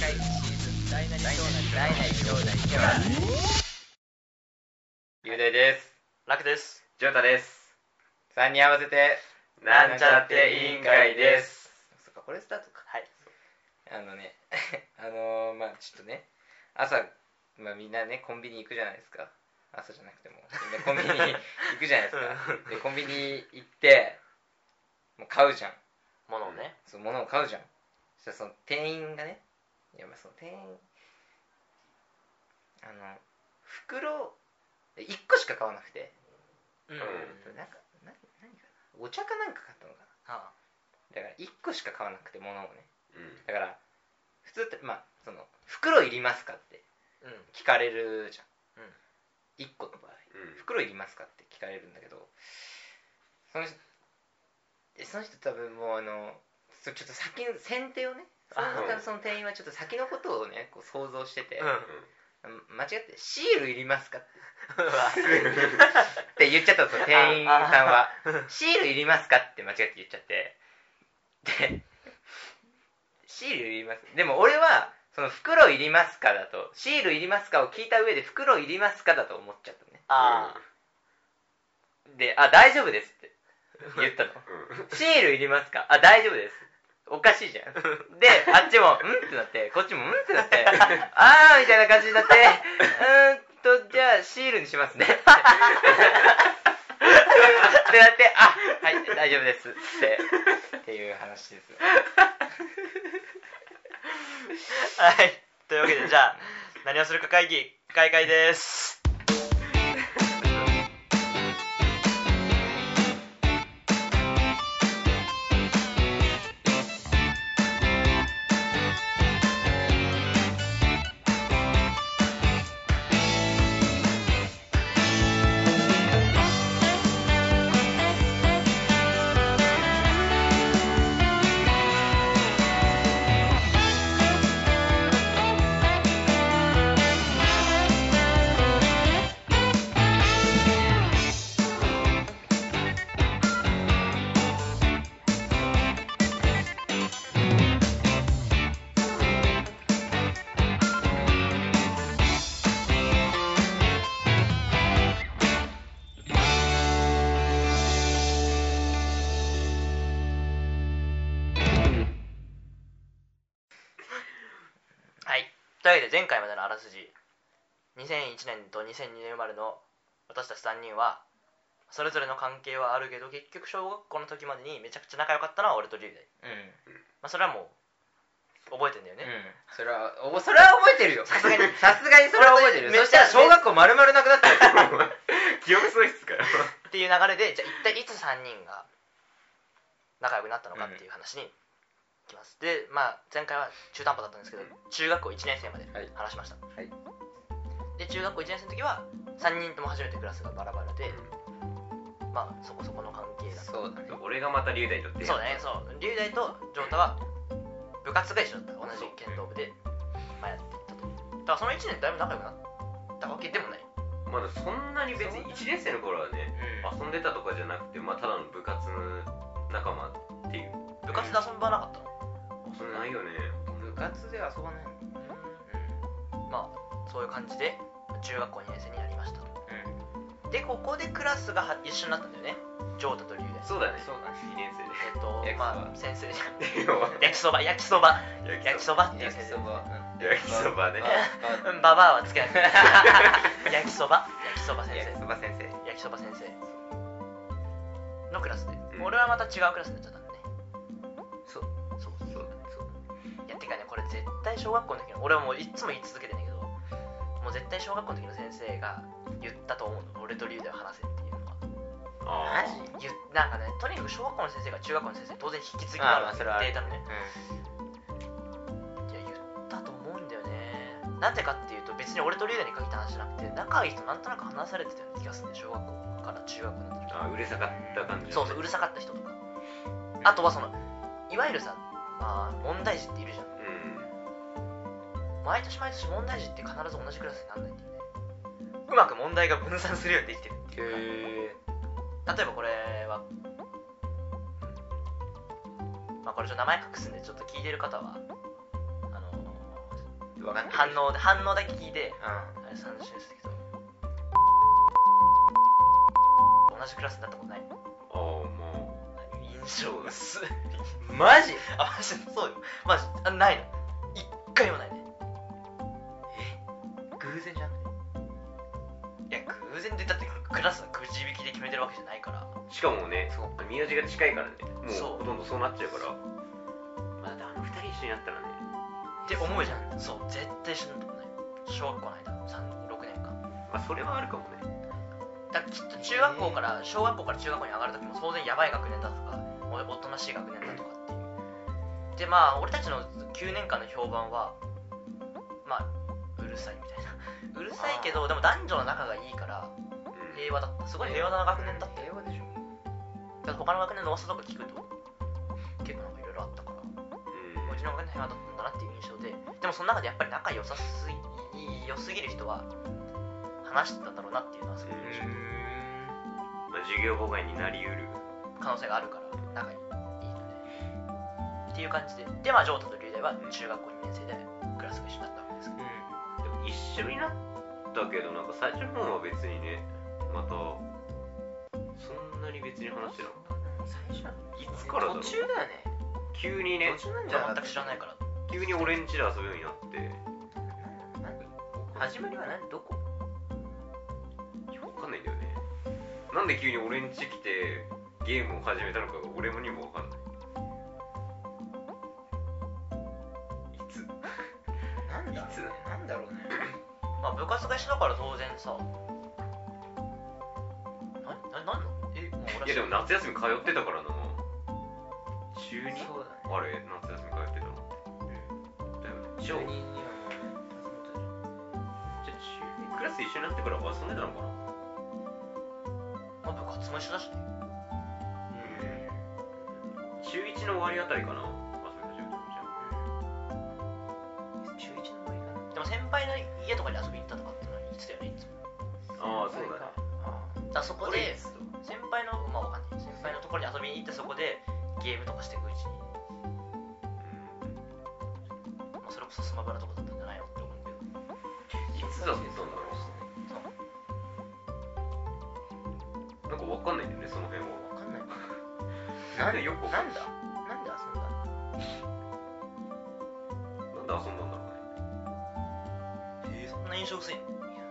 回シーズン大なり小なりキャラ雄大です。 楽です。 ジョータです。3人合わせてなんちゃって委員会です。そっか、これスタートか。 はい。 まあちょっとね、朝、みんなねコンビニ行くじゃないですか。朝じゃなくてもみんなコンビニ行くじゃないですか。でコンビニ行ってもう買うじゃん。 物をね。 そう、物を買うじゃん。そしたらその店員がね、その店員袋1個しか買わなくて、なんか何かな、お茶かなんか買ったのかな。だから1個しか買わなくて物をね、だから普通ってその袋いりますかって聞かれるじゃん、1個の場合、袋いりますかって聞かれるんだけど、その人多分もうちょっと先の先手をね、その店員はちょっと先のことをねこう想像してて、間違ってシールいりますかって言っちゃったんですよ、店員さんは。シールいりますかって間違って言っちゃって、でシールいります、でも俺はその袋いりますかだと、シールいりますかを聞いた上で袋いりますかだと思っちゃったね。で、大丈夫ですって言ったの。シールいりますか、大丈夫です。おかしいじゃん。で、あっちもってなって、こっちもってなって、みたいな感じになって、じゃあシールにしますねってなって、はい、大丈夫ですっていう話ですよ。 はい、というわけで、じゃあ何をするか会議開会です。というわけで、前回までのあらすじ、2001年と2002年生まれの私たち3人はそれぞれの関係はあるけど、結局小学校の時までにめちゃくちゃ仲良かったのは俺と龍大。それはもう覚えてんだよね。 それは覚えてるよ。さすがにそれは覚えてる。そしたら小学校丸々なくなったよ。記憶喪失かよっていう流れで、じゃあ一体いつ3人が仲良くなったのかっていう話にきます。で、前回は中途半端だったんですけど、中学校1年生まで話しました。で、中学校1年生の時は3人とも初めてクラスがバラバラで、そこそこの関係だった。 そうだね。 俺がまた龍大とってそうだね。そう龍大とジョータは部活が一緒だった。同じ剣道部でやっていったと。だからその1年だいぶ仲良くなったわけでもない。 まだそんなに別に1年生の頃はね、遊んでたとかじゃなくて、ただの部活仲間っていう。 部活で遊ばなかったの？ 遊んでないよね。 部活で遊ばないの？ そういう感じで中学校2年生になりましたと。で、ここでクラスが一緒になったんだよね、ジョータと龍大。 そうだね、2年生で。 先生じゃん。焼きそばっていう先生。 焼きそばね。 ババアはつけない。焼きそば先生のクラスで、俺はまた違うクラスになっちゃったんだね。 そういや、てかね、これ絶対小学校の時の、俺はもういつも言い続けてんだけど、もう絶対小学校の時の先生が言ったと思うの、俺と龍大を話せっていうのは。 マジ？ なんかね、とにかく小学校の先生が中学校の先生に当然引き継ぎがあるデータのね。いや、言ったと思うんだよね。なんでかっていうと、別に俺と龍大に限った話じゃなくて、仲いい人なんとなく話されてたような気がするんで、小学校から中学になった時。 うるさかった感じ。 そう、うるさかった人とか。あとはその、いわゆるさ、問題児っているじゃん。毎年問題児って必ず同じクラスになんないんだよね。うまく問題が分散するようにできてるっていうか。例えばこれは、これ名前隠すんでちょっと聞いてる方はわかんない。 反応だけ聞いて、あれ30周年ですけど、同じクラスになったことない。 ああ、もう印象薄い。 マジ？ マジそうよ。マジないの。一回もないね。 偶然じゃん。 いや偶然でだってクラスのくじ引きで決めてるわけじゃないから。 しかもね、名字が近いからね、もうほとんどそうなっちゃうから。 まあ、 2人一緒になったらねって思うじゃん。そう、絶対一緒になったことない。小学校の間6年間。 まあそれはあるかもね。 だからきっと中学校から小学校から中学校に上がる時も当然やばい学年だとかおとなしい学年だとかっていうで、まあ俺たちの9年間の評判はまあうるさいみたいなうるさいけどでも男女の仲がいいから平和だった。すごい平和な学年だったよ。 平和でしょ。 だから他の学年の噂とか聞くと結構なんかいろいろあったから、うちの学年平和だったんだなっていう印象で、でもその中でやっぱり仲良すぎる人は話してたんだろうなっていうのはすごい印象。 まあ、授業妨害になりうる可能性があるから仲いいのでっていう感じで、でまあジョータと龍大は中学校2年生でクラスが一緒だったわけですけど、 でも一緒になったけどなんか最初の方は別にね、またそんなに別に話してなかった。 最初いつからだろう。 途中だよね。 急にね、 途中なんじゃなかった。 全く知らないから急に俺ん家で遊ぶようになって。 始まりは何？どこ？ いや、わかんないんだよね。なんで急に俺ん家来てゲームを始めたのかが俺にもわかんない。いつなんだろうね。 まあ部活が一緒だから当然さなんの？もういやでも夏休み通ってたからな。中2？ そうだね。 あれ夏休み通ってたの。だよね。 中2にはじゃあ中2クラス一緒になってから遊んでたのかな。 まあ部活も一緒だしね。 中1の終わりあたりかな。遊び始めたのじゃん。中1の終わりかな。 でも先輩の家とかに遊びに行ったとかってのは言ってたよねいつも。 ああそうだね。 だそこで先輩のまあわかんない先輩のところに遊びに行ってそこでゲームとかしていくうちに、まあ、それこそスマブラとかだったんじゃないのって思うけど。 いつだったんだろう。なんかわかんないんだよねその辺は。 わかんない。 なんでよくなんで遊んだ？ なんで遊んだんだろうね。 そんな印象薄いの？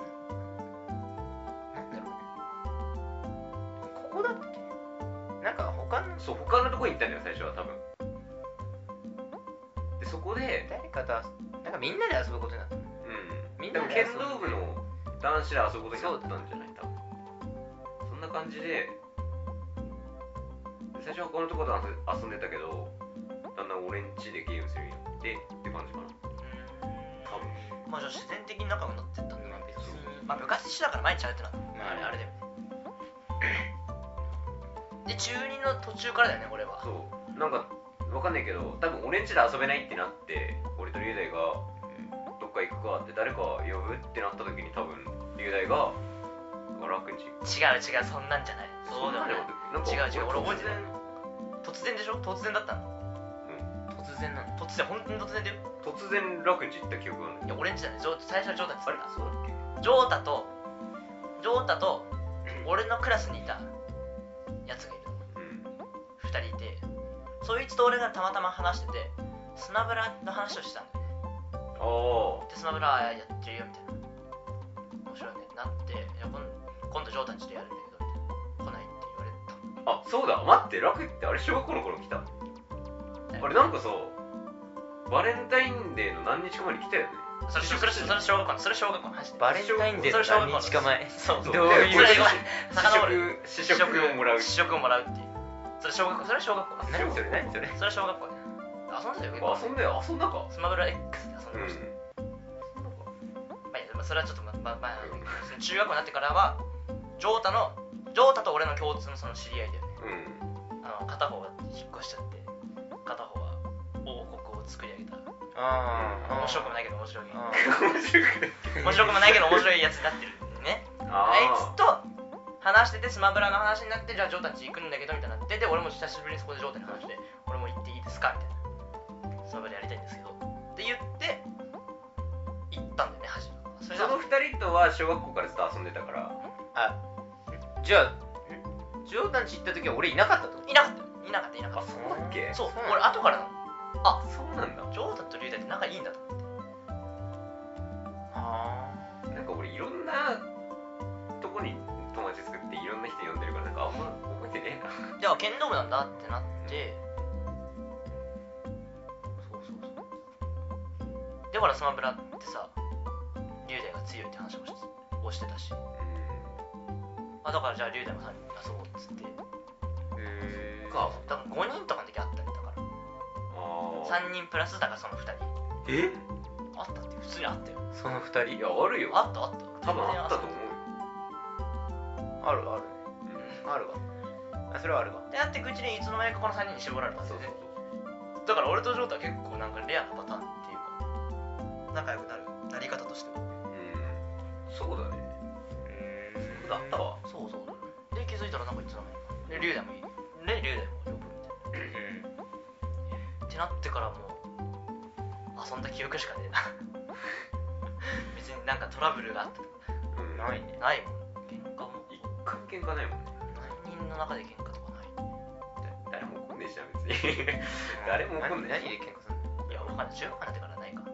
なんだろうね。ここだっけ？なんか他のとこに行ったんだよ最初は多分。でそこで誰かとなんかみんなで遊ぶことになった。 みんな剣道部の男子で遊ぶことになったんじゃない多分。そんな感じで最初は他のところで遊んでたけどだんだん俺ん家でゲームするようになってって感じかな。多分。 まあじゃあ自然的に仲良くなってったんだな別に。まあ部活一緒だから毎日やってなあれだよね。で中2の途中からだよね俺は。 そうなんかわかんないけど多分俺ん家で遊べないってなって俺と龍大がどっか行くかって誰か呼ぶってなった時に多分龍大が楽んち。 違うそんなんじゃない。そうだよね。違う俺覚えてる。突然でしょ？突然だったの。 突然なの。 突然本当に突然だよ。 突然楽んち行った記憶があるんだいや俺んちだね。最初はジョータって言ってた。 あれそうだっけ？ ジョータと俺のクラスにいたやつがいる、2人いて、そいつと俺がたまたま話しててスマブラの話をしてたんだよね。でスマブラやってるよみたいな、面白いねなって、今度ジョータにちょっとやるんだけど来ないって言われた。 あ、そうだ、待って、楽ってあれ小学校の頃来た。あれなんかさバレンタインデーの何日か前に来たよね。 それ小学校の話。 バレンタインデーの何日か前。 そうどういう試食をもらうっていう。 それ小学校。 何それそれ小学校で遊んでたよ。 遊んだか。 スマブラ X で遊んでました。まあそれはちょっと中学校になってからはジョータと俺の共通のその知り合いだよね。片方が引っ越しちゃって片方は王国を作り上げた。面白くもないけど面白いやつになってるね。あいつと話しててスマブラの話になって、じゃあジョータんち行くんだけどみたいになって、で俺も久しぶりにそこでジョータに話して俺も行っていいですかみたいな、スマブラやりたいんですけどって言っては小学校からずっと遊んでたから。 じゃあジョーダン家行った時は俺いなかったと。 いなかった。 あ、そうだっけ。 そう、俺後からなの。あ、 そうなんだ。 ジョーダンと龍大って仲いいんだと思って。 なんか俺いろんなとこに友達作っていろんな人呼んでるからなんかあんま覚えてねえな。 じゃあ剣道部なんだってなって、だからスマブラってさ、龍大が強いって話をしてたし、だからじゃあ龍大も3人遊ぼうっつって、だから5人とかの時あったりだから、3人プラスだからその2人。あったって普通にあったよ。 その2人？ いや、あるよ。 あった多分あったと思うよ。 あるわ。それはあるわ。 でやっていくうちにいつの間にかこの3人に絞られたんだよね。だから俺とジョータは結構なんかレアなパターンっていうか、仲良くなり方としては。 そうだね。だったわ。 そうで気づいたらなんかいつの間にか龍大もいい。龍大も呼ぶみたいな。ってなってからもう遊んだ記憶しかねえな。別になんかトラブルがあったとかないね。ないもん。喧嘩も一回喧嘩ないもんね。 何人の中で喧嘩とかない。 誰も怒んねえじゃん別に。誰も怒んねえ。 何で喧嘩するの？ いや、わかんない。中学になってからないか。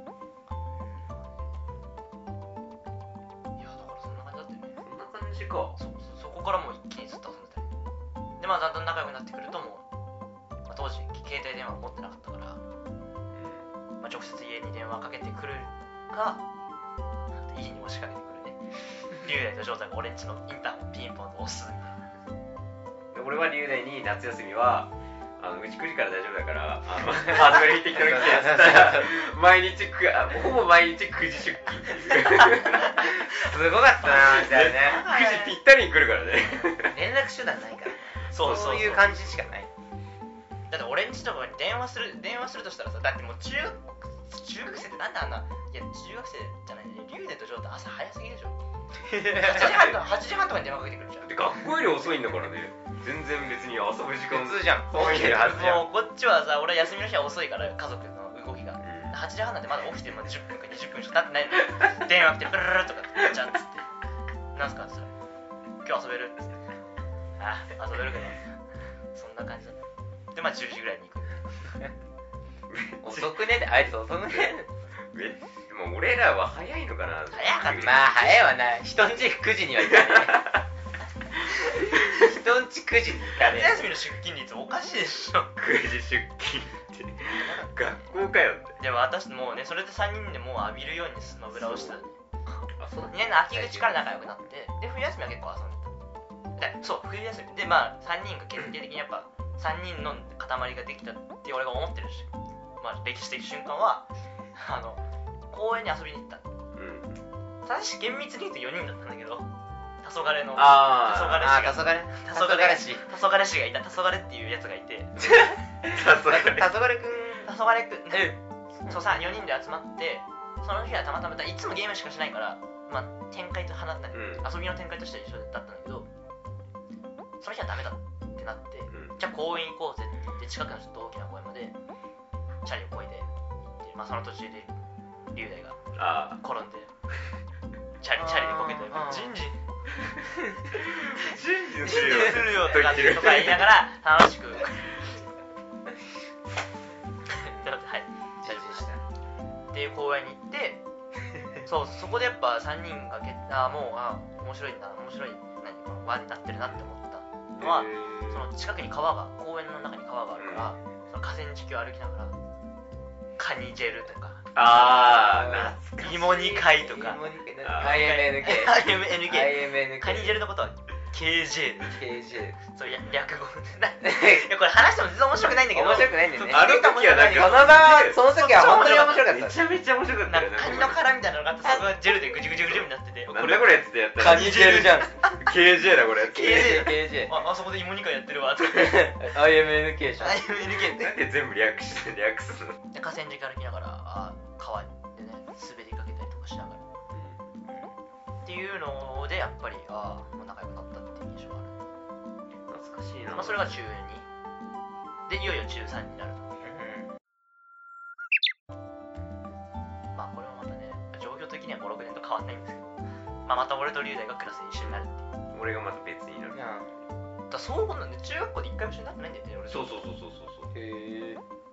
いや、だからそんな感じだったよね。 そんな感じか。 そこからもう一気にずっと遊んでたりで、まあだんだん仲良くなってくるともう、当時携帯電話持ってなかったから、直接家に電話かけてくるか、家にも仕掛けてくるね。龍大とジョータが俺んちのインターホンピンポンと押すみたいな。 俺は龍大に夏休みはうち9時から大丈夫だからハードウェア行ってきておいてって言ったらほぼ毎日9時出勤っていうすごかったなみたいなね。 9時ぴったりに来るからね。 連絡手段ないから。 そういう感じしかない。 だって俺んちとかに電話するとしたらさ、だってもう中学生ってなんであんな、いや中学生じゃないね、龍大とジョータ朝早すぎでしょ。8時半とかに電話かけてくるじゃん。 で学校より遅いんだからね。全然別に遊ぶ時間普通じゃん。 そういうはずじゃん。 もうこっちはさ、俺休みの日は遅いから家族の動きが、8時半なんてまだ起きても10分か20分しか経ってないのに電話来てブルルルとかじゃんっつってなんすかって言ったら今日遊べるっつって遊べるけどそんな感じだったで、まあ10時ぐらいに行く遅くねあいつ遅くねでも俺らは早いのかな。 早かった。 まあ早いわな。人んち9時には行かねえ。人んち9時に行かねえ。 夏休みの出勤率おかしいでしょ。 9時出勤って学校かよって。 でも私もうね、それで3人でもう浴びるようにスマブラをしてたね。 そう 2年の秋口から仲良くなって、で冬休みは結構遊んでた。そう冬休みで、まあ3人が決定的にやっぱ3人の塊ができたって俺が思ってるし、まあ歴史的瞬間は公園に遊びに行った。正し厳密に言うと4人だったんだけど、黄昏の黄昏氏がいた。黄昏っていうやつがいて、 黄昏くんそうさ4人で集まって、その日はたまたまいつもゲームしかしないから、まあ展開と遊びの展開としては一緒だったんだけど、その日はダメだってなって、じゃあ公園行こうぜって言って近くのちょっと大きな公園までチャリをこいで行って、まあその途中で龍大が転んでチャリでこけてジンジンするよとか言いながら楽しくっていう公園に行って、そこでやっぱ3人が面白い輪になってるなって思ったのは、その近くに公園の中に川があるから、その河川敷を歩きながらカニジェルとか芋煮会とか IMNK カニジェルのことは KJ そう略語いやこれ話しても全然面白くないんだけど、 面白くないんだよね。 あの時はなんかその時は本当に面白かった。 めちゃめちゃ面白かったよね。 カニの殻みたいなのがあって、そこがジェルでグジュグジュグジュになってて、 なんだこれっつってやったらカニジェルじゃん。 KJ だこれ。 KJ あそこで芋煮会やってるわとか IMNK じゃん。 IMNK ってなんで全部略すの。 で河川敷歩きながら川でね滑りかけたりとかしながら、っていうのでやっぱりもう仲良くなったっていう印象がある。 懐かしいな。 まあそれが中2でいよいよ中3になると。まあこれもまたね状況的には5、6年と変わんないんですけど、 また俺と龍大がクラスで一緒になるっていう。 俺がまた別になる。 だそういうことなんで、中学校で一回も一緒になってないんだよね、俺。 そう。へえ。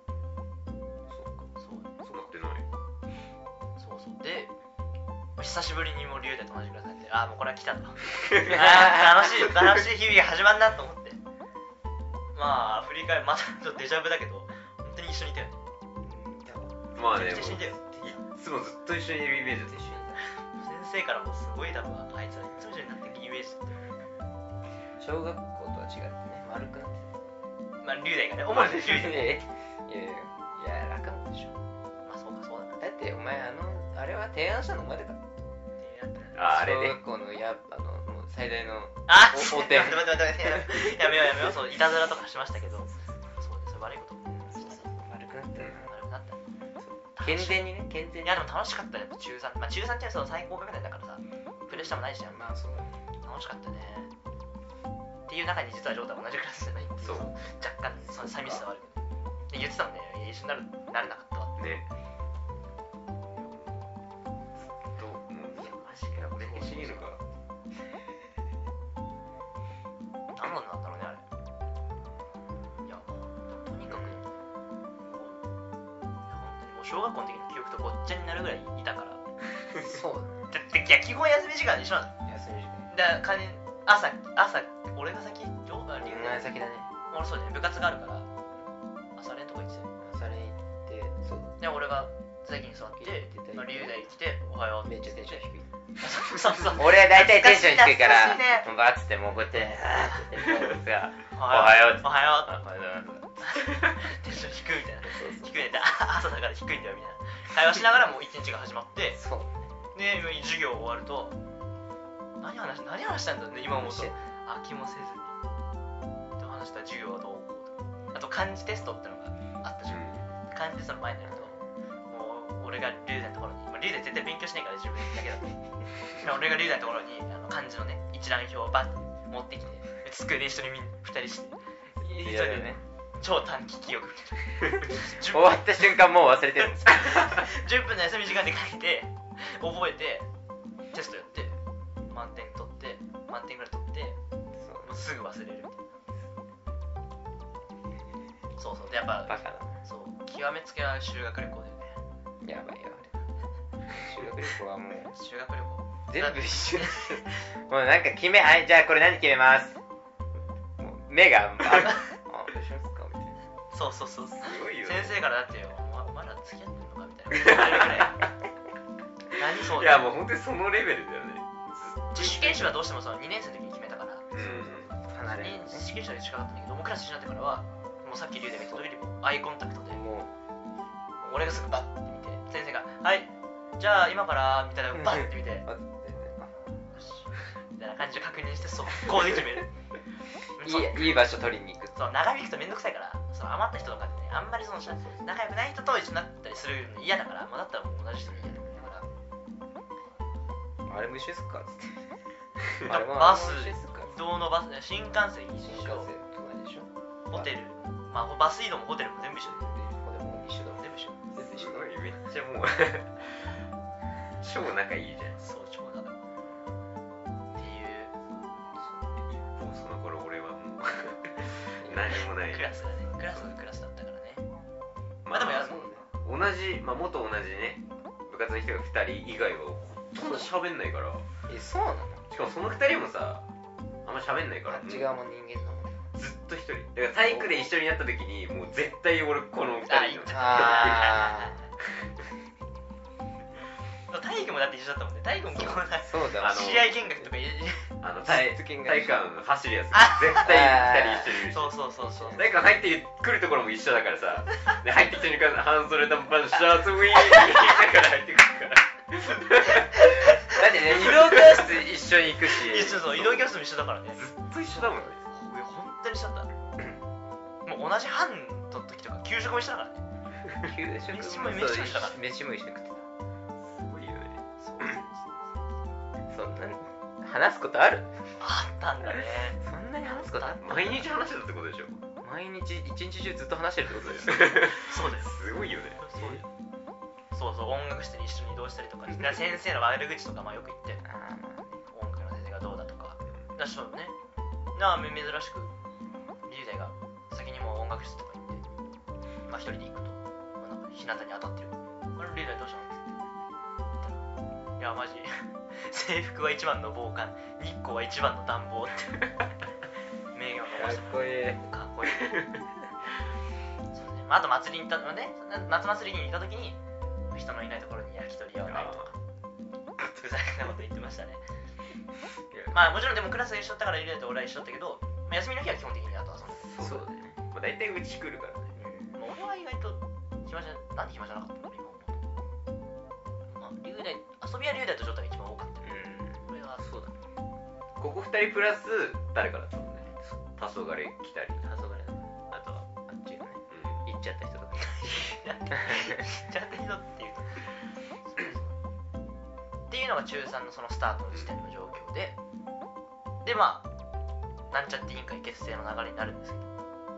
そうなってない。 そうで、久しぶりにもう龍大と同じクラスになって、もうこれは来たと。楽しい日々が始まるなと思って。まあ振り返るまたちょっとデジャブだけど、本当に一緒にいたよね。 まあね、 一緒にいたよ。 いつもずっと一緒にいるイメージだった。 先生からもすごい多分あいつらいつも一緒になってイメージだった。 小学校とは違ってね、丸くなってまあ龍大がね、主に龍大。 いや楽なんでしょ。 まあそうだ。 だってお前あれは提案したのお前だから。 あれで小学校のもう最大のお手。待ってやめようそういたずらとかしましたけど、そうです悪いこと。 丸くなった健全に。いやでも楽しかったね、中3。まあ中3って最高学年だからさ、プレッシャーもないじゃん。 まあそうだね。 楽しかったね。っていう中に実はジョータも同じクラスじゃないっていう、 そう若干その寂しさはあるけど。言ってたもんね、一緒になれなかったわ。 ね。マジか、俺欲しいのか。 何なんだろうね、あれ。いや、とにかく小学校の時の記憶とごっちゃになるぐらいいたからそうだっていや基本休み時間一緒なの。 休み時だ間から朝俺が先お前先だね。 俺そうだね、部活があるから朝練とか行ってたよ。 朝練行ってそうで俺が席に座って龍大来ておはようめっちゃテンション低い。 そう俺は大体テンション低いから懐かしいね、 もうバーッつってもうこうやっておはようおはようテンション低いみたいな。低いねって朝だから低いんだよみたいな会話しながらもう一日が始まってそうで授業終わると何話したんだろうね今思うと。飽きもせずにと話した授業はどうこうと、あと漢字テストってのがあったじゃん。漢字テストの前になるともう俺が龍大のところに、龍大絶対勉強しないから自分だけだと俺が龍大のところに漢字のね一覧表をバッて持ってきて机で一緒に2人して一人でね超短期記憶終わった瞬間もう忘れてるんです 10分の休み時間で書いて覚えてテストやって満点ぐらい取ってもうすぐ忘れるみたいな。そうでやっぱバカだそう極めつけは修学旅行だよね。 やばいよ修学旅行はもう修学旅行全部一緒ですもうなんかじゃあこれ何決めます、もう目がどうしますかみたいな。 そうすごいよ、ね、 先生からだってよお前ら付き合ってんのかみたいな何そういやもう本当にそのレベルだよね。 自主研修はどうしてもその2年生の時に決めたから、 離れるね。 自主研修は近かったんだけどもうクラス一緒になってからはもうさっき龍大が言った通りアイコンタクトでもう俺がすぐバッて見て先生がはいじゃあ今からみたいなバッて見てみたいな感じで確認して速攻で決めるいい場所取りに行く。 そう長引くとめんどくさいから、その余った人とかでねあんまりその仲良くない人と一緒になったりするの嫌だから、もうだったらもう同じ人でいいやだからあれ無視すっかっつってバス移動のバス新幹線一緒ホテルまあバス移動もホテルも全部一緒で全部一緒すごいめっちゃもう超仲いいじゃん。 そう超仲いいっていう一方その頃俺はもう何もないクラスがねクラスだったからね。 まあでも同じ元同じね部活の人が2人以外はほとんど喋んないから。 そうなの。 しかもその2人もさあんま喋んないから。 あっち側も人間なの。 ずっと一人だから体育で一緒になった時にもう絶対俺この2人の体育もだって一緒だったもんね。体育も基本そうだ試合見学とか体育館走るやつ絶対2人一緒にいるし。 そう体育館入ってくるところも一緒だからさで入ってきた瞬間半袖短パンシャツウィーンだから入ってくるからだってね移動教室一緒に行くし移動教室も一緒だからね。 ずっと一緒だもんね。 本当に一緒だったもう同じ班の時とか給食も一緒だからね。 飯も一緒に食ってた。すごいよね。 そんな話すことある？ あったんだね。 そんなに話すことある？ 毎日話してたってことでしょ。 毎日一日中ずっと話してるってことだよ。 そうです。 すごいよね。 そう音楽室に一緒に移動したりとか先生の悪口とかよく言ってだそうね。珍しく龍大が先にもう音楽室とか行って、まあ一人で行くと、なんか日向に当たってる。あれ龍大どうしたのって言ったら、いやマジ制服は一番の防寒、日光は一番の暖房って名言を残した。 かっこいい。 かっこいい。そうね。あと祭りに行ったのね、夏祭りに行った時に人のいないところに焼き鳥屋はないとか、ふざけなこと言ってましたね。まあもちろんでもクラスが一緒だったから龍大と俺は一緒だったけど、まあ、休みの日は基本的にあと遊んでた。 そうだね。 まあ、大体うち来るからね。 まあ、俺は意外と暇じゃなんで暇じゃなかったんだろう今思うと。まあ龍大遊びは龍大とジョータが一番多かった。俺はそうだね。 ここ2人プラス誰かだったもんね。黄昏来たり。 黄昏あとあっちのね、行っちゃった人とか。 行っちゃった人っていうとっていうのが中3のそのスタートの時点の状況で、でまあなんちゃって委員会結成の流れになるんですけど、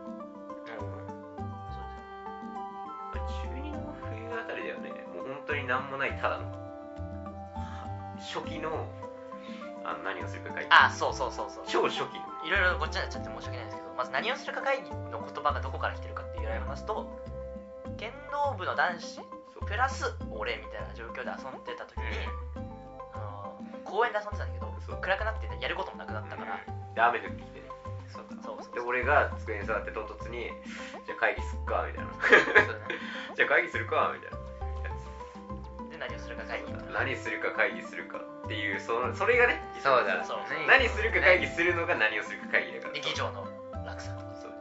中2の冬あたりだよね。もう本当になんもないただの初期の何をするか会議。 そう超初期のいろいろごっちゃになっちゃって申し訳ないんですけど、まず何をするか会議の言葉がどこから来てるかっていう由来を話すと、剣道部の男子プラス俺みたいな状況で遊んでた時に、公園で遊んでたんだけど暗くなってやることもなくなったから、 で雨降ってきてね。 そうで俺が机に座って唐突にじゃあ会議すっかみたいなじゃあ会議するかみたいなで何をするか会議何するか会議するかっていうそれがね、 そうだ。 何するか会議するのが何をするか会議だから。 で議長の落差。 そう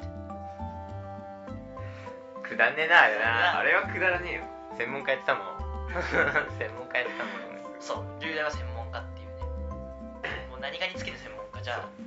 くだんねえなあれな。 あれはくだらねえよ。 専門家やってたもん。専門家やってたもん。 そう、龍大は専門家っていうね。もう何かにつけて専門家。じゃあ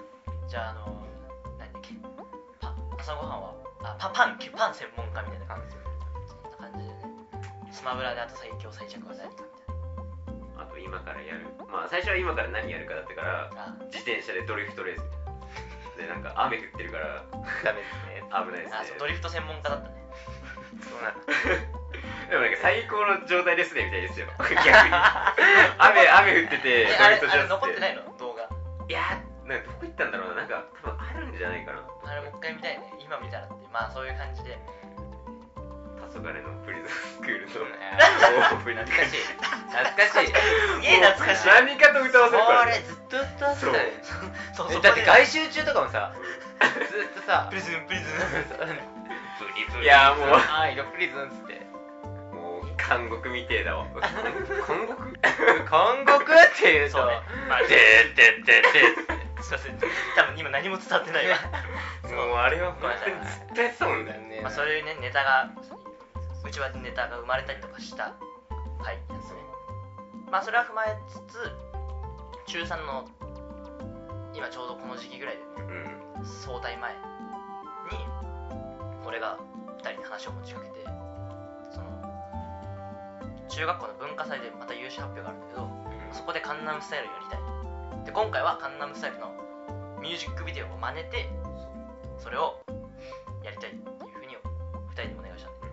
何だっけ、朝ごはんはパン専門家みたいな感じ。そんな感じでね。スマブラであと最強最弱は何かみたいな。 あと今からやる、まあ最初は今から何やるかだったから自転車でドリフトレースみたいな。でなんか雨降ってるからダメですね。 危ないですね。 そうドリフト専門家だったね。 そうなんだ。 でもなんか最高の状態ですねみたいですよ。逆に雨降っててドリフトジャス残ってないの動画。 いやなんかどこ行ったんだろうな。なんか多分あるんじゃないかな。 あれもう一回見たいね。今見たらってまあそういう感じで。 黄昏のプリズンスクールの懐かしい。 すげえ懐かしい。 何かと歌わせるからあれずっと歌わせたね。 そうだって外周中とかもさ、ずっとさ、 プリズンいやもう色プリズンっつって、 もう監獄みてえだわ。監獄っていうと、 まあすいません、多分今何も伝わってないわ。 もうあれは本当にずっとやってたもんね。 まあそういうねネタがうちはネタが生まれたりとかした回ですね。まあそれは踏まえつつ中3の今ちょうどこの時期ぐらいでね、早退前に俺が2人に話を持ちかけて、その中学校の文化祭でまた優秀発表があるんだけど、そこでカンナムスタイルやりたい。で今回はカンナムスタイルのミュージックビデオを真似てそれをやりたいっていうふうに2人にお願いしたんで、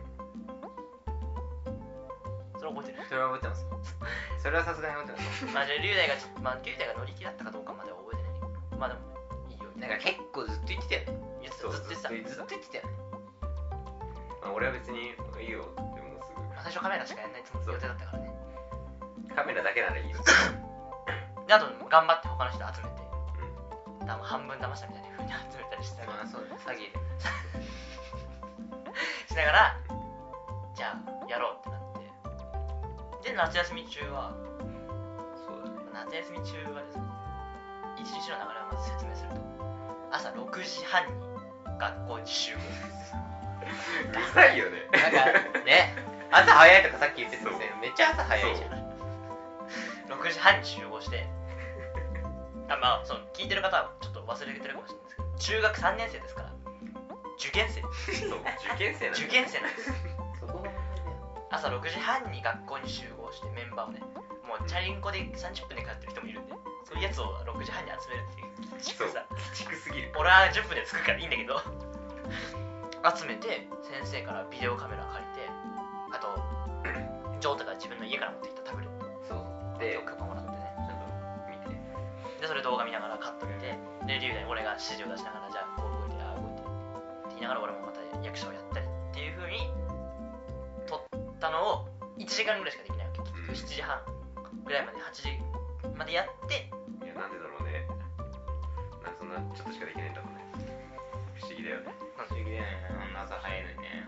それは覚えてる？ それは覚えてます。それはさすがに覚えてます。 まあじゃあ龍大が乗り気だったかどうかまでは覚えてないけど、まあでもいいよ。 なんか結構ずっと言ってたよね。 ずっと言ってた。 ずっと言ってたよね。 俺は別にいいよってもうすぐ。 最初カメラしかやんない予定だったからね。 カメラだけならいいよ。 であと頑張って他の人集めて、半分騙したみたいな風に集めたりしてたから、 まあそうだね、詐欺でしながらじゃあやろうってなって、で夏休み中はそうだね。 夏休み中はですね、一日の流れをまず説明すると、朝6時半に学校に集合うるさいよね。 なんかね、朝早いとかさっき言ってたんですよ。めっちゃ朝早いじゃん。 6時半に集合して、まあその聞いてる方はちょっと忘れてるかもしれないですけど、中学3年生ですから受験生。 そう受験生なんです。 受験生なんです。 そこが問題だよ。 朝6時半に学校に集合してメンバーをね、もうチャリンコで30分で通ってる人もいるんで、そういうやつを6時半に集めるっていう鬼畜さ。 鬼畜すぎる。 俺は10分で着くからいいんだけど集めて先生からビデオカメラ借りて、あとジョータが自分の家から持ってきたタブレットそうでカバンもらってね、 ちょっと見て。 でそれ動画見ながらカットで指示を出しながらじゃあこう動いてああ動いてって言いながら俺もまた役者をやったりっていう風に撮ったのを1時間ぐらいしかできないわけ。結局7時半ぐらいまで8時までやって。 いやなんでだろうね。なんでそんなちょっとしかできないんだろうね。不思議だよね。 不思議だよね。朝早いのにね。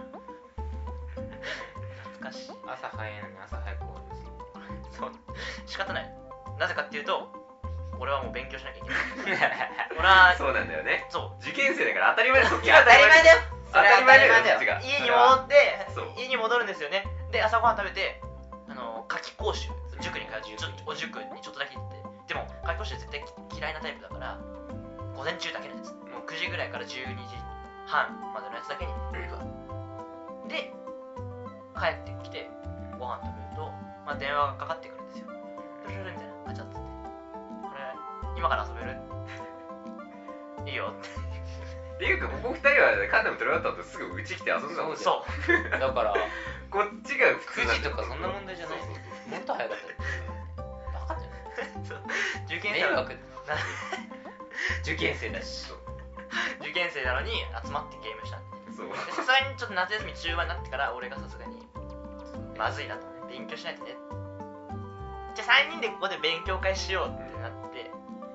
懐かしい。 朝早いのに朝早く終わるし。 そう仕方ない。なぜかっていうと俺はもう勉強しなきゃいけない俺はそうなんだよね。 そう受験生だから当たり前だよ。 いや当たり前だよ。 当たり前だよ。 家に戻って家に戻るんですよね。で朝ごはん食べて夏期講習塾に通ってお塾にちょっとだけ行って、でも夏期講習絶対嫌いなタイプだから午前中だけのやつ、もう9時ぐらいから12時半までのやつだけに行くわ。で帰ってきてご飯食べると、まあ、電話がかかってくるんですよ。プルルルみたいなガチャッつって、これ今から遊べるいいよっていうかここ2人はカンナム取り終わった後すぐうち来て遊んだもん。 そうだからこっちが普通 9時とかそんな問題じゃない。もっと早かったよ。バカだよね。 受験生は受験生だし。 受験生なのに集まってゲームしたんで、さすがにちょっと夏休み中盤になってから俺がさすがにまずいなと思って、勉強しないとね、じゃあ3人でここで勉強会しようってなって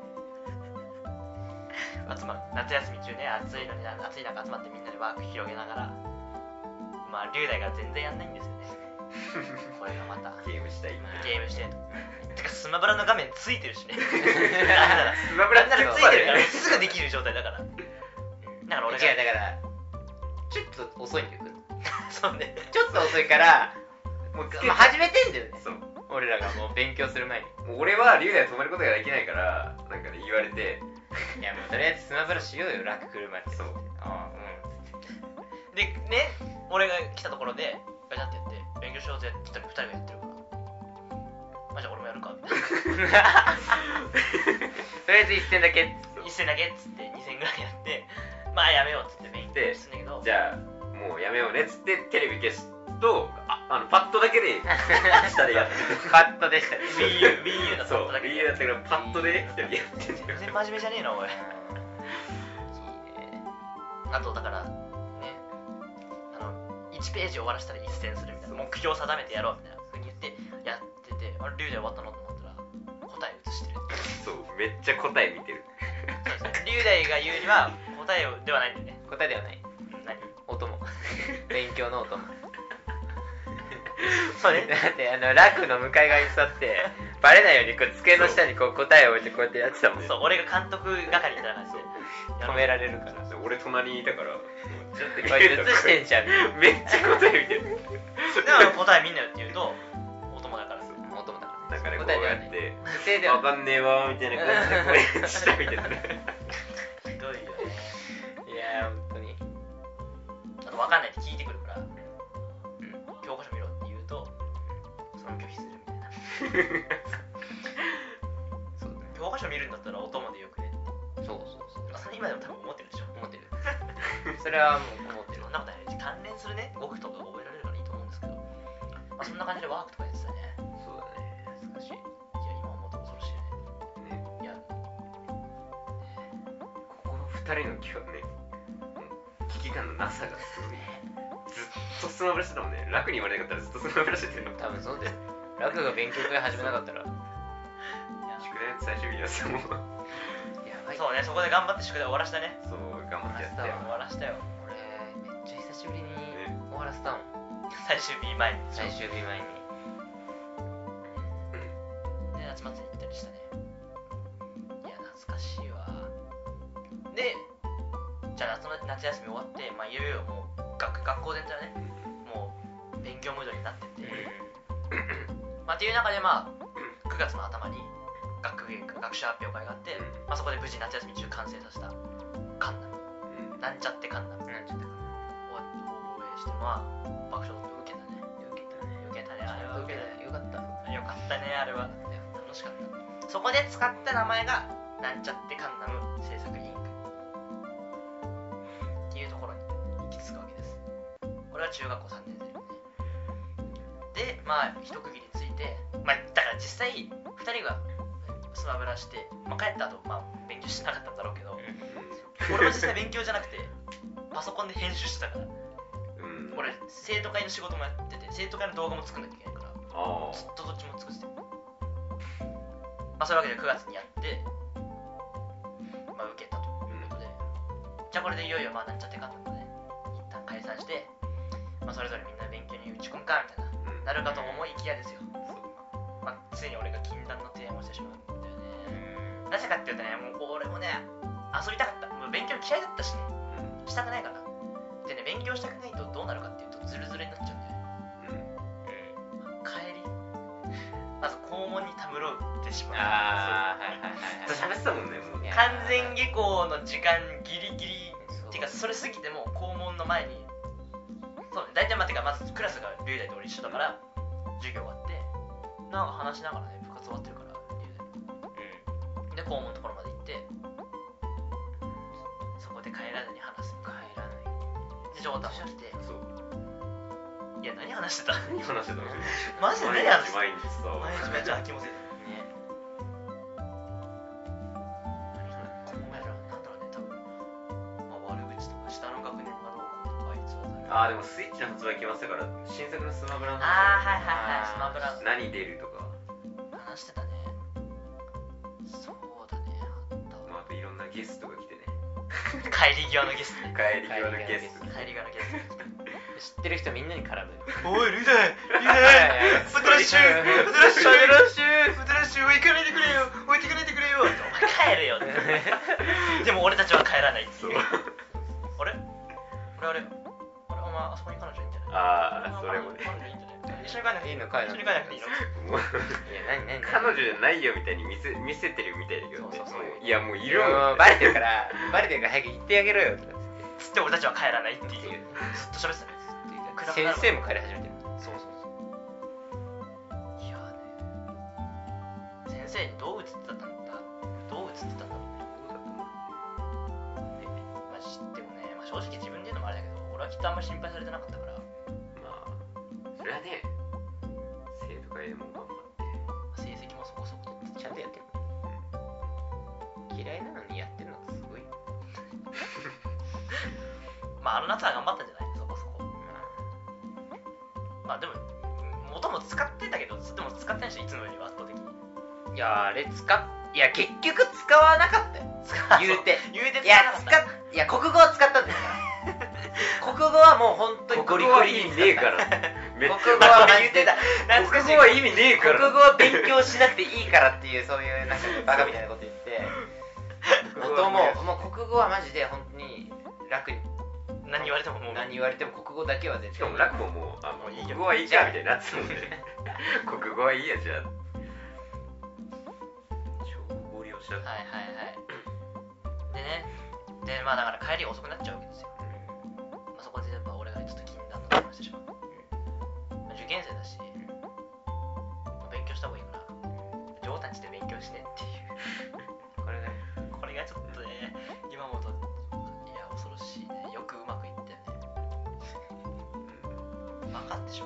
夏休み中ね、暑いのに暑い中集まってみんなでワーク広げながら、まあ龍大が全然やんないんですよねこれがまたゲームしたいゲームしてとてかスマブラの画面ついてるしねスマブラついてるからすぐできる状態だから。だから俺が違う、だからちょっと遅いんだよそうね、 ちょっと遅いからもう始めてんだよね。 そう俺らがもう勉強する前に。 もう俺は龍大を止めることができないからなんかね言われて、 いやもうとりあえずスマブラしようよ、楽来るまで。 そうああでね、俺が来たところでガチャってやって勉強しようぜって言ったら2人がやってるから、まあ、じゃあ俺もやるかみたいなとりあえず一戦だけっつって2戦ぐらいやって、まあやめようっつって勉強するんだけど、 じゃあもうやめようねっつってテレビ消すとパッドだけで下でやってるパッドでしたね。 Wii U のパッドだけで Wii U だったからパッドでね1人やってんだよ。 全然真面目じゃねえなおい。あとだからね、1ページ終わらせたら一戦するみたいな目標を定めてやろうみたいな風に言ってやってて、あれ龍大終わったのと思ったら答え映してる。 そうめっちゃ答え見てる。 龍大が言うには答えではないんだよね。 答えではない。 何？ お供。勉強のお供。 そうね。 だって楽の向かい側に座ってバレないようにこう机の下にこう答えを置いてこうやってやってたもん。 そう、俺が監督係みたいな感じで止められるから。 俺隣にいたからちょっとこうやって映してんじゃん。 めっちゃ答え見てる。 だから答え見んなよって言うとお供だから。 お供だからだからこうやって不正ではわかんねえわみたいな感じでこうやって下見てる。 ひどいよね。 いや本当に。 あと分かんないって聞いてくるから、教科書見ろって言うとその拒否するみたいなそう、教科書見るんだったらお供でよくねって。 そうそれ今でも多分思ってるでしょ。 思ってる。それはもう思ってる。 そんなことない。関連するね語句とか覚えられるからいいと思うんですけど、まあ、そんな感じでワークとかやってたね。 そうだね。 懐かしい。いや今思うと恐ろしいよね。いやここの2人の気はね、危機感のなさがすごい。ずっとスマブラしてたもんね。楽に言われなかったらずっとスマブラしてたの。 多分そうだよ。楽が勉強会始めなかったら宿題最終日だったもん。 やばい。 そうね、そこで頑張って宿題終わらしたね。 そう頑張ってやったよ。 終わらしたよ。 俺めっちゃ久しぶりに終わらせたもん。 最終日前に。 最終日前に。 で夏祭り行ったりしたね。いや懐かしいわ。でじゃあ夏休み終わって、まあいよいよもう学校全体はねもう勉強ムードになってて、まあっていう中でまあ9月の頭に学習発表会があって、まあ、そこで無事夏休み中完成させたカンナム、なんちゃってカンナムを放映してまあ爆笑を受けたね。あれは受けたね。よかったね。あれは楽しかった。そこで使った名前がなんちゃってカンナム制作委員会っていうところに行き着くわけです。これは中学校3年生でまあ一区切りついて、まあだから実際2人がスマブラして、まあ、帰った後まあ勉強しなかったんだろうけど、 俺も実際勉強じゃなくてパソコンで編集してたから、俺生徒会の仕事もやってて、生徒会の動画も作んなきゃいけないから、ずっとどっちも作ってて、そういうわけで9月にやって、受けたということで、じゃあこれでいよいよなんちゃってかんので、一旦解散して、それぞれみんな勉強に打ち込むかみたいな、なるかと思いきやですよ。ついに俺が禁断の提案をしてしまうんだよね。なぜかっていうとね、もう俺もね、遊びたかった。もう勉強嫌いだったしね、したくないから。でね、勉強したくないとどうなるかっていうと、ズルズルになっちゃうんだよね。帰り、まず校門にたむろってしまう。 喋ってたもんね、もう。 完全下校の時間ギリギリっていうか、それ過ぎても校門の前に、そうね、大体まずクラスが龍大と俺一緒だから、授業終わってなんか話しながらね、部活終わってるから龍大で校門のところまで行って、そこで帰らずに話す。帰らないでジョータも来て、いや何話してたマジで何話してた。 毎日めっちゃ飽きもせるね。 でもスイッチの発売決まってたから、新作のスマブラのスマブラ何出るとか話してたね。そうだね、 あといろんなゲストが来てね。 帰り際のゲスト、 帰り際のゲスト知ってる人みんなに絡む。 おい、龍大フットラッシュフットラッシュ行かないでくれよ、置いてかないでくれよって、お前帰れよってでも俺たちは帰らないっていう。あれお前あそこに彼女いいんじゃない？ それもね、 彼女いいんじゃない？一緒に帰んなくていいの？ 一緒に帰んなくていいの？ いや、何彼女じゃないよみたいに見せてるみたいだけどね。いや、もういるもん。バレてるから早く言ってあげろよってつって俺たちは帰らないっていう。ずっと喋ってたね。 先生も帰り始めてる。 そういやね、先生にどう映ってたんだろうね。でもね、正直自分で言うのもあれだけど、俺はきっとあんまり心配されてなかったから。 それはね、生徒会でも頑張って成績もそこそこ取ってちゃんとやってる。嫌いなのにやってるのがすごい。 あの夏は頑張ったんじゃない？そこそこ。でも元も使ってたけど、でも使ってないし、いつもよりは圧倒的に。 いや結局使わなかったよ。言うていや国語は使ったんですから国語はもう本当にゴリゴリにねえから国語はマジで国語は意味ねえから、 国語は勉強しなくていいからっていう、そういうなんかバカみたいなこと言ってもう国語はマジで本当に楽に、 何言われても国語だけは絶対。 しかも楽ももう国語はいいかみたいになってたもんね。国語はいいやじゃあ。超合理をしちゃった。 でね、だから帰り遅くなっちゃうわけですよ。そこでやっぱ俺がちょっと禁断の話してしまう。受験生だし、勉強した方がいいからジョータんちで勉強してっていうこれがちょっとね、今思うと恐ろしいね。よくうまくいったよね。バカでしょ。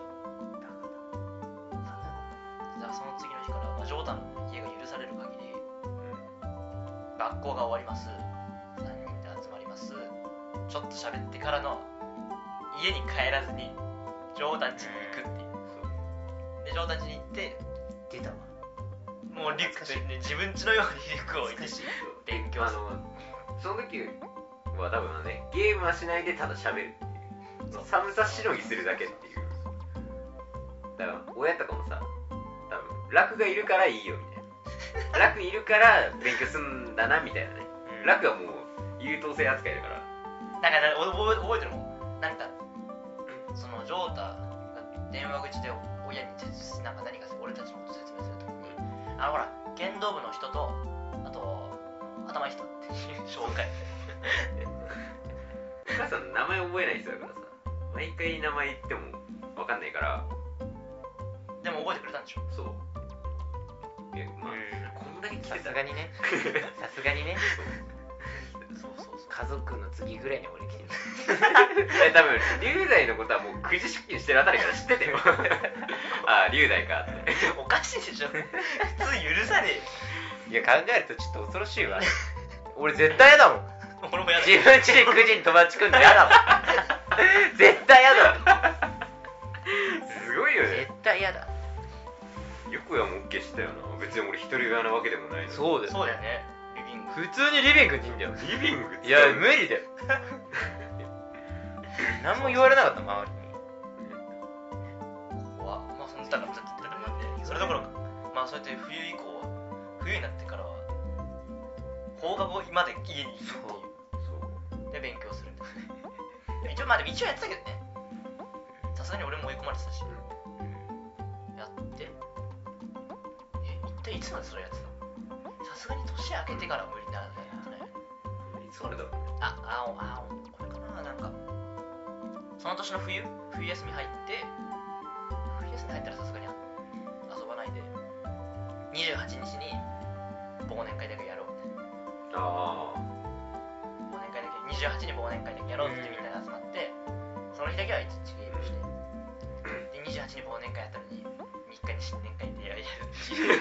だからその次の日から、ジョータの家が許される限り、学校が終わります、3人で集まります、ちょっと喋ってからの家に帰らずにジョータん家に行くっていう。でジョータん家に行って出たわ。 もうリュックとね、自分家のようにリュックを置いて勉強する。 その時は多分ね、ゲームはしないでただ喋るっていう、寒さしのぎするだけっていう。だから親とかもさ、多分楽がいるからいいよみたいな、楽いるから勉強すんだなみたいなね。楽はもう優等生扱いだから。 なんか覚えてるもん。なんかそのジョータが電話口で親になんか何か俺たちのこと説明するときに、ほら剣道部の人とあと頭いい人っていう紹介。 お母さん名前覚えない人だからさ、毎回名前言っても分かんないから。 でも覚えてくれたんでしょ。 そう。こんだけ来てた。 さすがにね。 そう家族の次ぐらいに俺来てる。 多分龍大のことはもうくじ出勤してるあたりから知っててよ。ああ龍大かって。 おかしいでしょ。普通許さねえ。 いや考えるとちょっと恐ろしいわ。俺絶対嫌だもん。 俺もやだ。 自分家で9時に友達来んのやだもん絶対やだもんすごいよね。 絶対やだ。 よくやも OK したよな。別に俺一人部屋なわけでもないのに。 そうだよ、 そうだよね。リビング。 普通にリビングにいいんだよ。 リビングいや無理だよ何も言われなかった周りに。 怖っ。まあそのだからそれどころか、まあそうやって冬以降、冬になってからは放課後まで家にいるっていう。で勉強するんですね。一応まあでも一応やってたけどね。さすがに俺も追い込まれてたし、やって一体いつまでそれやってたの？さすがに年明けてからは無理にならないってないよね。 いつからだろう。 これかな、なんかその年の冬休み入って冬休み入ったらさすがに遊ばないで28日に忘年会だけやろうみたいな。忘年会だけ28日に忘年会だけやろうってみんなで集まって、その日だけは1日ゲームして、で28日に忘年会やったのに3日に新年会でやるっていう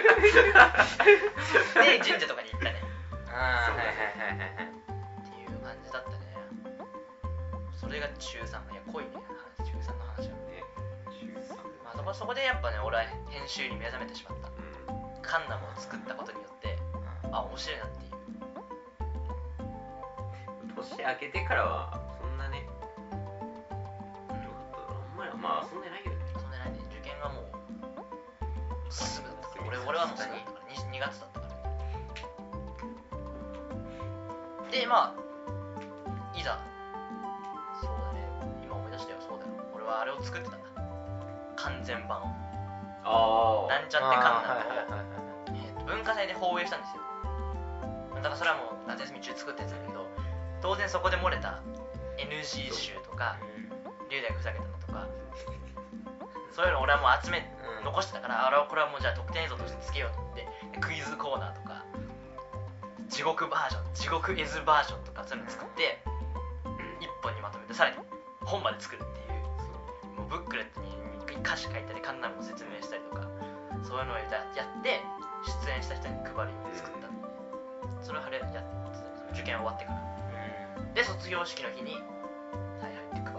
で神社とかに行ったね。 ああはいはいはいはいっていう感じだったね。それが中3。いや濃いね中3の話はね。まあそこでやっぱね俺は編集に目覚めてしまった。カンナムを作ったことによって面白いなっていう。 年明けてからはそんなね、どうだったろう。あんまりまあ遊んでないよね。 遊んでないね。受験がもうすぐだったから。俺はもうすぐだったから 2月だったから。でまあいざ、そうだね、今思い出したよ。そうだよ、俺はあれを作ってたんだ、完全版を。なんちゃってカンナムを文化祭で放映したんですよ。だからそれはもう夏休み中作ったやつだけど、当然そこで漏れた NG 集とか龍大がふざけたのとかそういうの俺はもう集め残してたから、これはもうじゃあ特典映像としてつけようと思ってクイズコーナーとか地獄バージョン、地獄絵図バージョンとかそういうの作って一本にまとめて、さらに本まで作るっていう、もうブックレットに歌詞書いたりカンナムを説明したりとか、そういうのをやって出演した人に配るように作ったんで、それを受験終わってからで卒業式の日に入って配るっていう。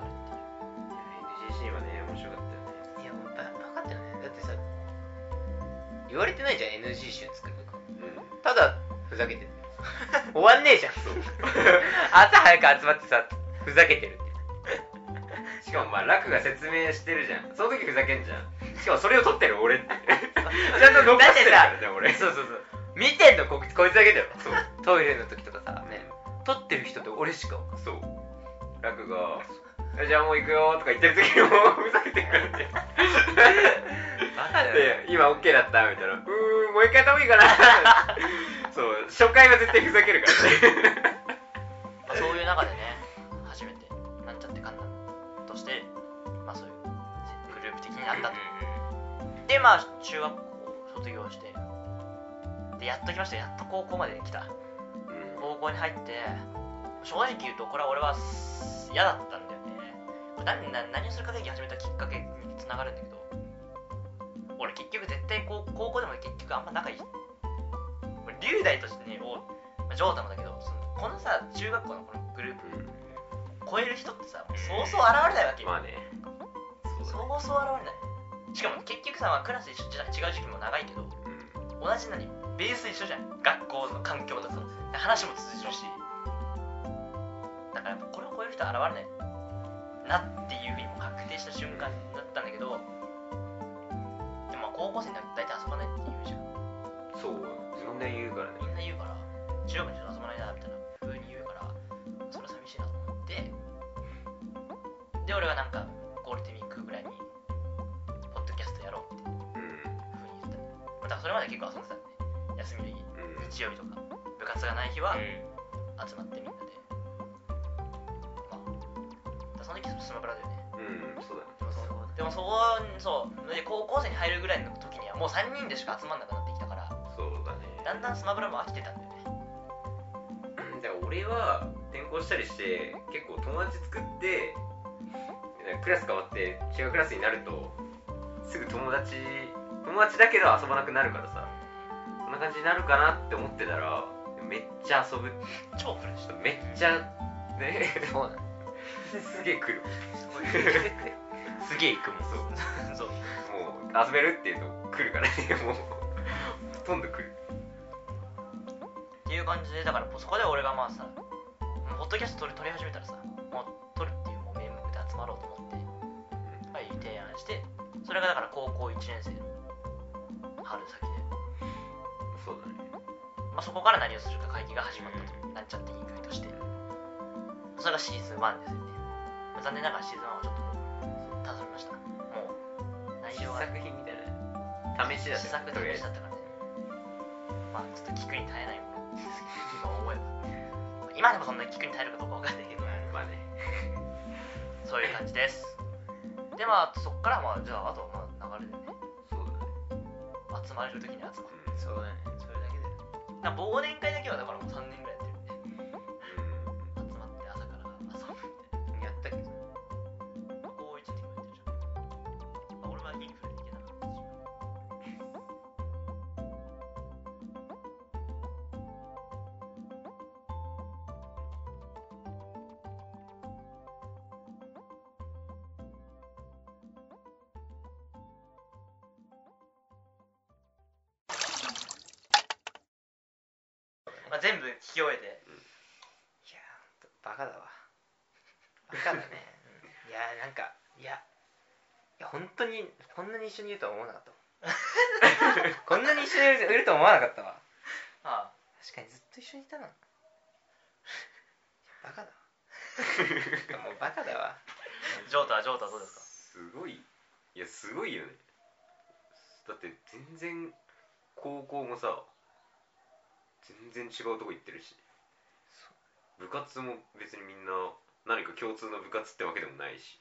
NGC はね面白かったよね。 いやもうバカだよね。だってさ言われてないじゃん NG 集作るとか、ただふざけてる終わんねえじゃん朝早く集まってさふざけてるってしかもまあ楽が説明してるじゃん。その時ふざけんじゃん。しかもそれを撮ってる俺ってちゃんと残してるからね俺。 そう見てんのこいつだけだよ。そうトイレの時とかさね、撮ってる人って俺しか分かんない。 そう楽がじゃあもう行くよとか言ってる時にもふざけてくるんでバカだよね。 で今 OK だったみたいな、もう一回やった方がいいかなそう初回は絶対ふざけるからねそういう中でね初めてなんちゃってカンナムとしてまあそういうグループ的になったと。でまあ中学校卒業してでやっと来ました。やっと高校まで来た。高校に入って正直言うとこれは俺は嫌だったんだよね。何をするか劇始めたきっかけにつながるんだけど、俺結局絶対高校でも結局あんま仲いい龍大としてねジョータもだけど、このさ中学校のこのグループ超える人ってさそうそう現れないわけよ。 まあね、 そうそう現れない。しかも結局さ、クラス一緒じゃ違う時期も長いけど、同じベース一緒じゃん。学校の環境とか話も通じるし、だからやっぱこれを超える人は現れないなっていうふうにも確定した瞬間だったんだけど、でも高校生になると大体遊ばないって言うじゃん。 そうみんな言うからね。 みんな言うから中学にちょっと遊ばないなみたいな風に言うから、それは寂しいなと思って、で俺はなんかゴールデンウィークぐらいにポッドキャストやろうって風に言った。だからそれまで結構遊んでたんで、休みの日、日曜日とか部活がない日は集まってみんなで、まあその時スマブラだよね。 そうだね。 でもそうで高校生に入るぐらいの時にはもう3人でしか集まんなくなってきたから、 そうだね。 だんだんスマブラも飽きてたんだよね。 だから俺は転校したりして結構友達作ってクラス変わって違うクラスになるとすぐ友達だけど遊ばなくなるからさ、そんな感じになるかなって思ってたらめめっちゃ遊ぶ、 超来るし、 めっちゃね、 そうだねすげえ来るすげえ行くもんそうもう遊べるっていうと来るからね、もうほとんど来るっていう感じで、だからそこで俺がまあさ、ポッドキャスト撮り始めたらさ、もう撮るっていうもう名目で集まろうと思って、はい、提案して、それがだから高校1年生の春先で、 そうだね、 まあ、そこから何をするか会議が始まったとなっちゃって委員会として、それがシーズン1ですよね。残念ながらシーズン1はちょっとたどりました。もう内容が試作品みたいな試しだった試作試しだったからね。まあちょっと聞くに耐えないものですけど、今思えば今でもそんなに聞くに耐えるかどうかわかんないけど、 まあねそういう感じです。でまあそっからまあじゃああとまあ流れでね、 そうだね、 集まれる時に集まる、 そうだねそれだけでなんか忘年会だけはだからもう3年ぐらいやってるんで、集まって朝から遊ぶみたいなやったけど高1って言われてるじゃん。まあ、俺はインフルで行けなかったし。まあ、全部聞き終えて、 いやーバカだわバカだね、うん、いやーなんかいや本当にこんなに一緒にいるとは思わなかったわこんなに一緒にいるとは思わなかったわああ確かにずっと一緒にいたなバカだわもうバカだわジョータはどうですか？ すごい、いやすごいよね。だって全然高校もさ全然違うとこ行ってるし、部活も別にみんな何か共通の部活ってわけでもないし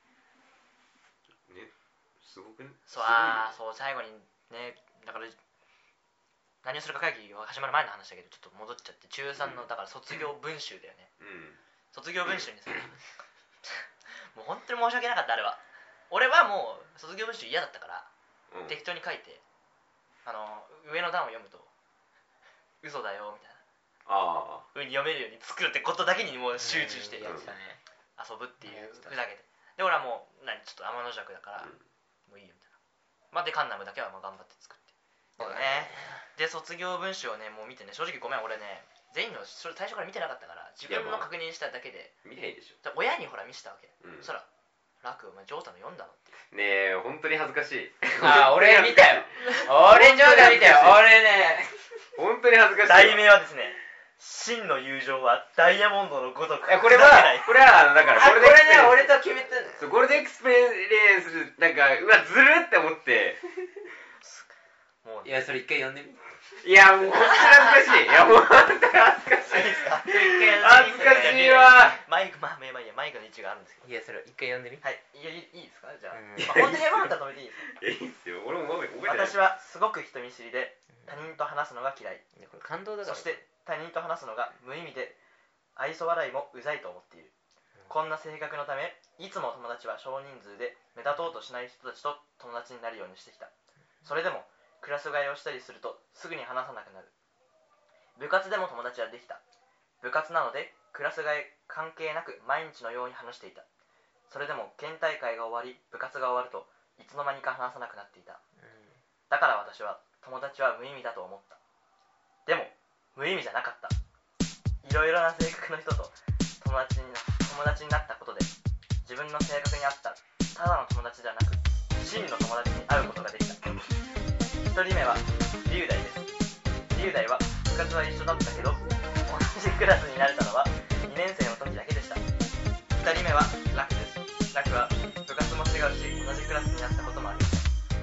ね、すごくね。 そうそう最後にね、だから何をするか会議が始まる前の話だけどちょっと戻っちゃって、中3のだから卒業文集だよね、卒業文集にさもう本当に申し訳なかった。あれは俺はもう卒業文集嫌だったから、適当に書いて上の段を読むと嘘だよみたいな風に読めるように作るってことだけにもう集中して遊ぶっていうふざけて、で俺はもうちょっと天の弱だから、もういいよみたいな、まあ、でカンナムだけはまあ頑張って作って、そうだね。で卒業文集をねもう見てね、正直ごめん俺ね全員のそれ最初から見てなかったから自分の確認しただけで、 見ないでしょ。 親にほら見せたわけ、そしたら楽お前ジョータの読んだのってねえ本当に恥ずかしい。 俺見たよ俺ジョータ見たよ俺ね本当に恥ずかしい。 題名はですね、真の友情はダイヤモンドのごとく。 これはだからこれね俺と決めてんのよ。 ゴールデンエクスペリエンスなんかうわずるって思ってもういやそれ一回読んでみ。 いやもう本当に恥ずかしい。いやもう本当に恥ずかしい。恥ずかしいわ。 マイクの位置があるんですけど。 いやそれ一回読んでみ。 はい、いいですかじゃあ、本当に読まなかったら止めていいですか？ いいっすよ。俺も覚えてない。 私はすごく人見知りで他人と話すのが嫌い。 これ感動だから。 そして他人と話すのが無意味で愛想笑いもうざいと思っている。こんな性格のためいつも友達は少人数で目立とうとしない人たちと友達になるようにしてきた。それでもクラス替えをしたりするとすぐに話さなくなる。部活でも友達はできた。部活なのでクラス替え関係なく毎日のように話していた。それでも県大会が終わり部活が終わるといつの間にか話さなくなっていた。だから私は友達は無意味だと思った。でも無意味じゃなかった。いろいろな性格の人と友達になったことで自分の性格に合ったただの友達ではなく真の友達に会うことができた。1人目は龍大です。龍大は部活は一緒だったけど同じクラスになれたのは2年生の時だけでした。2人目は楽です。楽は部活も違うし同じクラスになったこともありました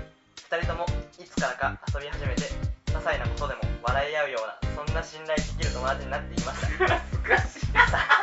。2人ともいつからか遊び始めて些細なことでも笑い合うようなそんな信頼できる友達になっていました。 恥ずかしい。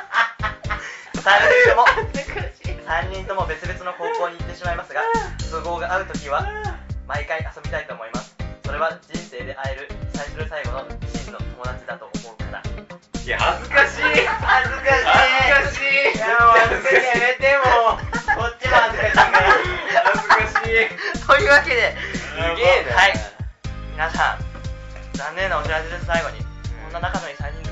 3人とも別々の高校に行ってしまいますが都合が合う時は毎回遊びたいと思います。それは人生で会える最初で最後の真の友達だと思うから。 いや恥ずかしい。 恥ずかしい。いやもう恥ずかしい。やめてもこっちも恥ずかしい。 恥ずかしい。 というわけですげえな。 はい皆さん残念なお知らせです。最後にこんな仲のいい3人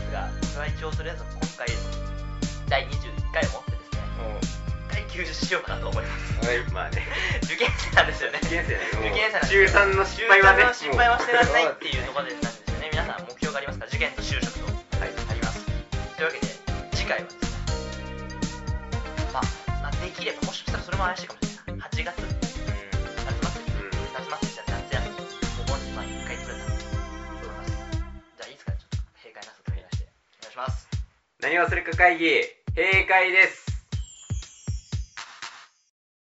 とりあえず今回第21回をもってですね、一回休止しようかなと思います。 はい、まあね、 受験生なんですよね。 受験生なんで、 中 3の失敗はね、 失敗はしてらんないっていうところなんですよね。皆さん目標がありますか？受験と就職とあります。というわけで次回はですね、まあできれば、もしかしたらそれも怪しいかもしれない。8月、夏祭りじゃ夏休み、お盆に1回取れたらと思います。じゃあいいですかね、ちょっと閉会なさとお願いしてお願いします。 何をするか会議閉会です。